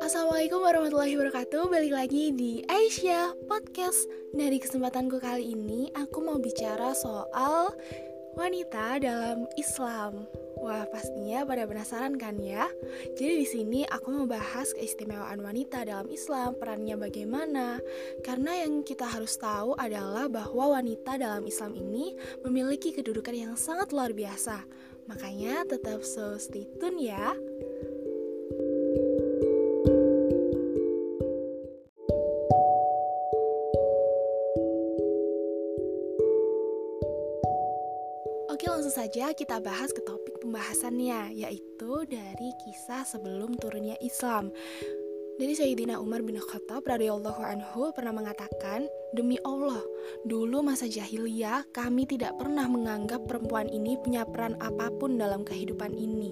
Assalamualaikum warahmatullahi wabarakatuh. Balik lagi di Aisyah Podcast. Nah, di kesempatanku kali ini aku mau bicara soal wanita dalam Islam. Wah, pastinya pada penasaran kan ya? Jadi di sini aku mau bahas keistimewaan wanita dalam Islam, perannya bagaimana. Karena yang kita harus tahu adalah bahwa wanita dalam Islam ini memiliki kedudukan yang sangat luar biasa. Makanya tetap stay tune ya. Oke, langsung saja kita bahas ke topik pembahasannya, yaitu dari kisah sebelum turunnya Islam. Dari Sayyidina Umar bin Khattab radhiyallahu anhu pernah mengatakan, "Demi Allah, dulu masa jahiliyah kami tidak pernah menganggap perempuan ini punya peran apapun dalam kehidupan ini."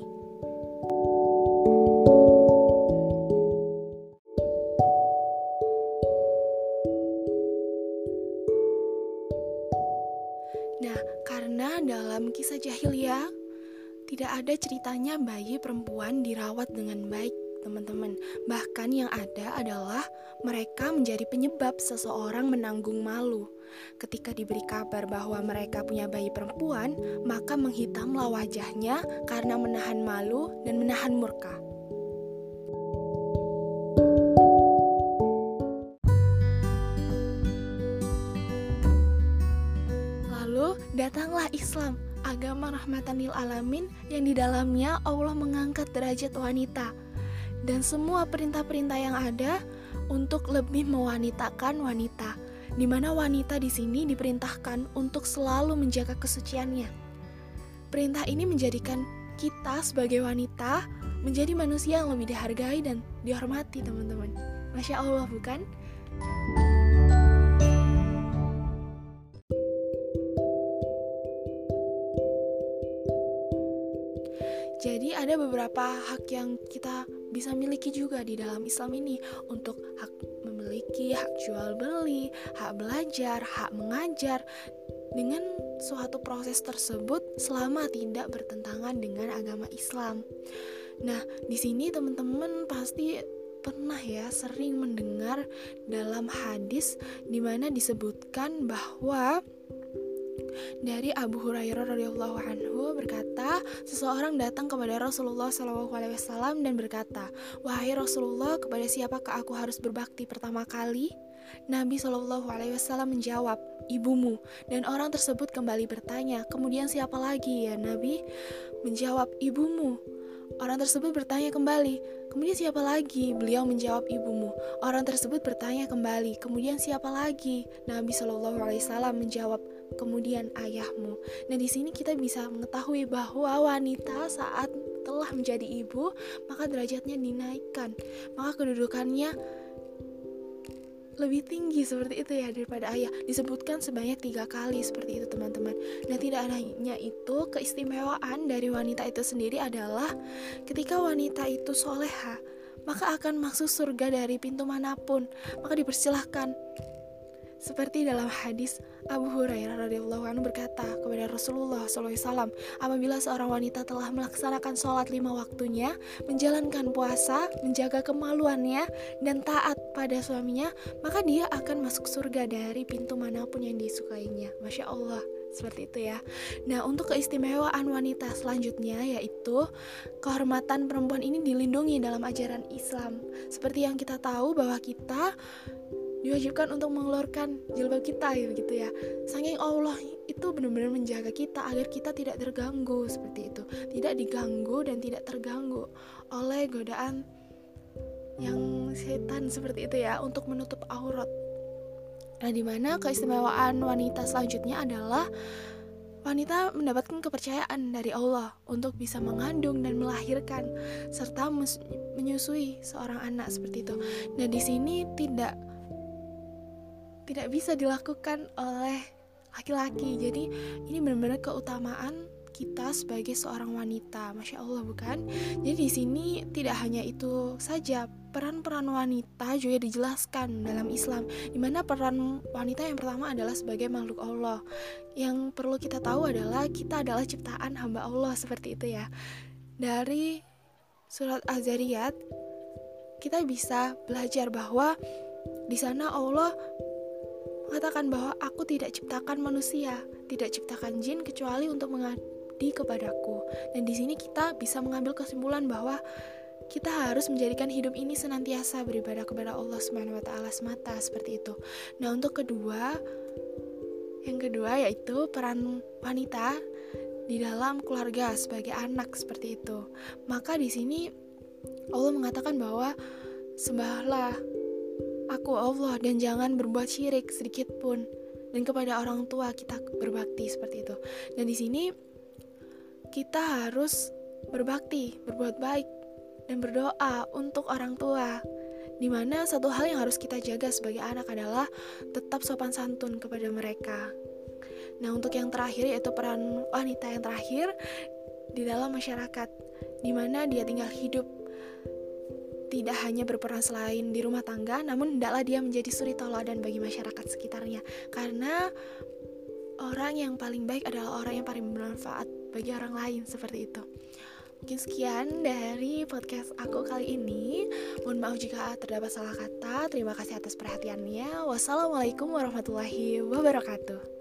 Nah, karena dalam kisah jahiliyah tidak ada ceritanya bayi perempuan dirawat dengan baik, teman-teman. Bahkan yang ada adalah mereka menjadi penyebab seseorang menanggung malu. Ketika diberi kabar bahwa mereka punya bayi perempuan, maka menghitamlah wajahnya karena menahan malu dan menahan murka. Lalu datanglah Islam, agama rahmatan lil alamin yang di dalamnya Allah mengangkat derajat wanita dan semua perintah-perintah yang ada untuk lebih mewanitakan wanita, di mana wanita di sini diperintahkan untuk selalu menjaga kesuciannya. Perintah ini menjadikan kita sebagai wanita menjadi manusia yang lebih dihargai dan dihormati, teman-teman. Masya Allah, bukan? Jadi ada beberapa hak yang kita bisa miliki juga di dalam Islam ini, untuk hak memiliki, hak jual beli, hak belajar, hak mengajar, dengan suatu proses tersebut selama tidak bertentangan dengan agama Islam. Nah, di sini teman-teman pasti pernah ya sering mendengar dalam hadis di mana disebutkan bahwa dari Abu Hurairah radhiyallahu anhu berkata, seseorang datang kepada Rasulullah SAW dan berkata, "Wahai Rasulullah, kepada siapakah aku harus berbakti pertama kali?" Nabi SAW menjawab, "Ibumu." Dan orang tersebut kembali bertanya, "Kemudian siapa lagi ya Nabi?" Menjawab, "Ibumu." Orang tersebut bertanya kembali, "Kemudian siapa lagi?" Beliau menjawab, "Ibumu." Orang tersebut bertanya kembali, "Kemudian siapa lagi?" Nabi SAW menjawab, "Kemudian ayahmu." Nah, di sini kita bisa mengetahui bahwa wanita saat telah menjadi ibu, maka derajatnya dinaikkan, maka kedudukannya lebih tinggi seperti itu ya daripada ayah. Disebutkan sebanyak 3 kali seperti itu, teman-teman. Nah, tidak hanya itu, keistimewaan dari wanita itu sendiri adalah ketika wanita itu soleha, maka akan masuk surga dari pintu manapun, maka dipersilahkan. Seperti dalam hadis Abu Hurairah radhiyallahu anhu berkata kepada Rasulullah SAW, apabila seorang wanita telah melaksanakan sholat 5 waktunya, menjalankan puasa, menjaga kemaluannya, dan taat pada suaminya, maka dia akan masuk surga dari pintu manapun yang disukainya. Masya Allah, seperti itu ya. Nah, untuk keistimewaan wanita selanjutnya yaitu kehormatan perempuan ini dilindungi dalam ajaran Islam. Seperti yang kita tahu bahwa kita diwajibkan untuk mengeluarkan jilbab kita gitu ya. Saking Allah itu benar-benar menjaga kita agar kita tidak terganggu seperti itu, tidak diganggu dan tidak terganggu oleh godaan yang setan seperti itu ya, untuk menutup aurat. Nah, dimana keistimewaan wanita selanjutnya adalah wanita mendapatkan kepercayaan dari Allah untuk bisa mengandung dan melahirkan serta menyusui seorang anak seperti itu. Nah, di sini tidak bisa dilakukan oleh laki-laki. Jadi ini benar-benar keutamaan kita sebagai seorang wanita. Masya Allah, bukan? Jadi di sini tidak hanya itu saja, peran-peran wanita juga dijelaskan dalam Islam, di mana peran wanita yang pertama adalah sebagai makhluk Allah. Yang perlu kita tahu adalah kita adalah ciptaan hamba Allah seperti itu ya. Dari surat Az-Zariyat kita bisa belajar bahwa di sana Allah mengatakan bahwa aku tidak ciptakan manusia, tidak ciptakan jin kecuali untuk mengabdi kepadaku. Dan di sini kita bisa mengambil kesimpulan bahwa kita harus menjadikan hidup ini senantiasa beribadah kepada Allah Subhanahu wa taala semata, seperti itu. Nah, untuk yang kedua yaitu peran wanita di dalam keluarga sebagai anak, seperti itu. Maka di sini Allah mengatakan bahwa sembahlah Aku Allah dan jangan berbuat syirik sedikit pun, dan kepada orang tua kita berbakti, seperti itu. Dan di sini kita harus berbakti, berbuat baik dan berdoa untuk orang tua. Dimana satu hal yang harus kita jaga sebagai anak adalah tetap sopan santun kepada mereka. Nah, untuk yang terakhir yaitu peran wanita yang terakhir di dalam masyarakat, dimana dia tinggal hidup tidak hanya berperan selain di rumah tangga, namun hendaklah dia menjadi suri tauladan bagi masyarakat sekitarnya. Karena orang yang paling baik adalah orang yang paling bermanfaat bagi orang lain, seperti itu. Mungkin sekian dari podcast aku kali ini. Mohon maaf jika terdapat salah kata. Terima kasih atas perhatiannya. Wassalamualaikum warahmatullahi wabarakatuh.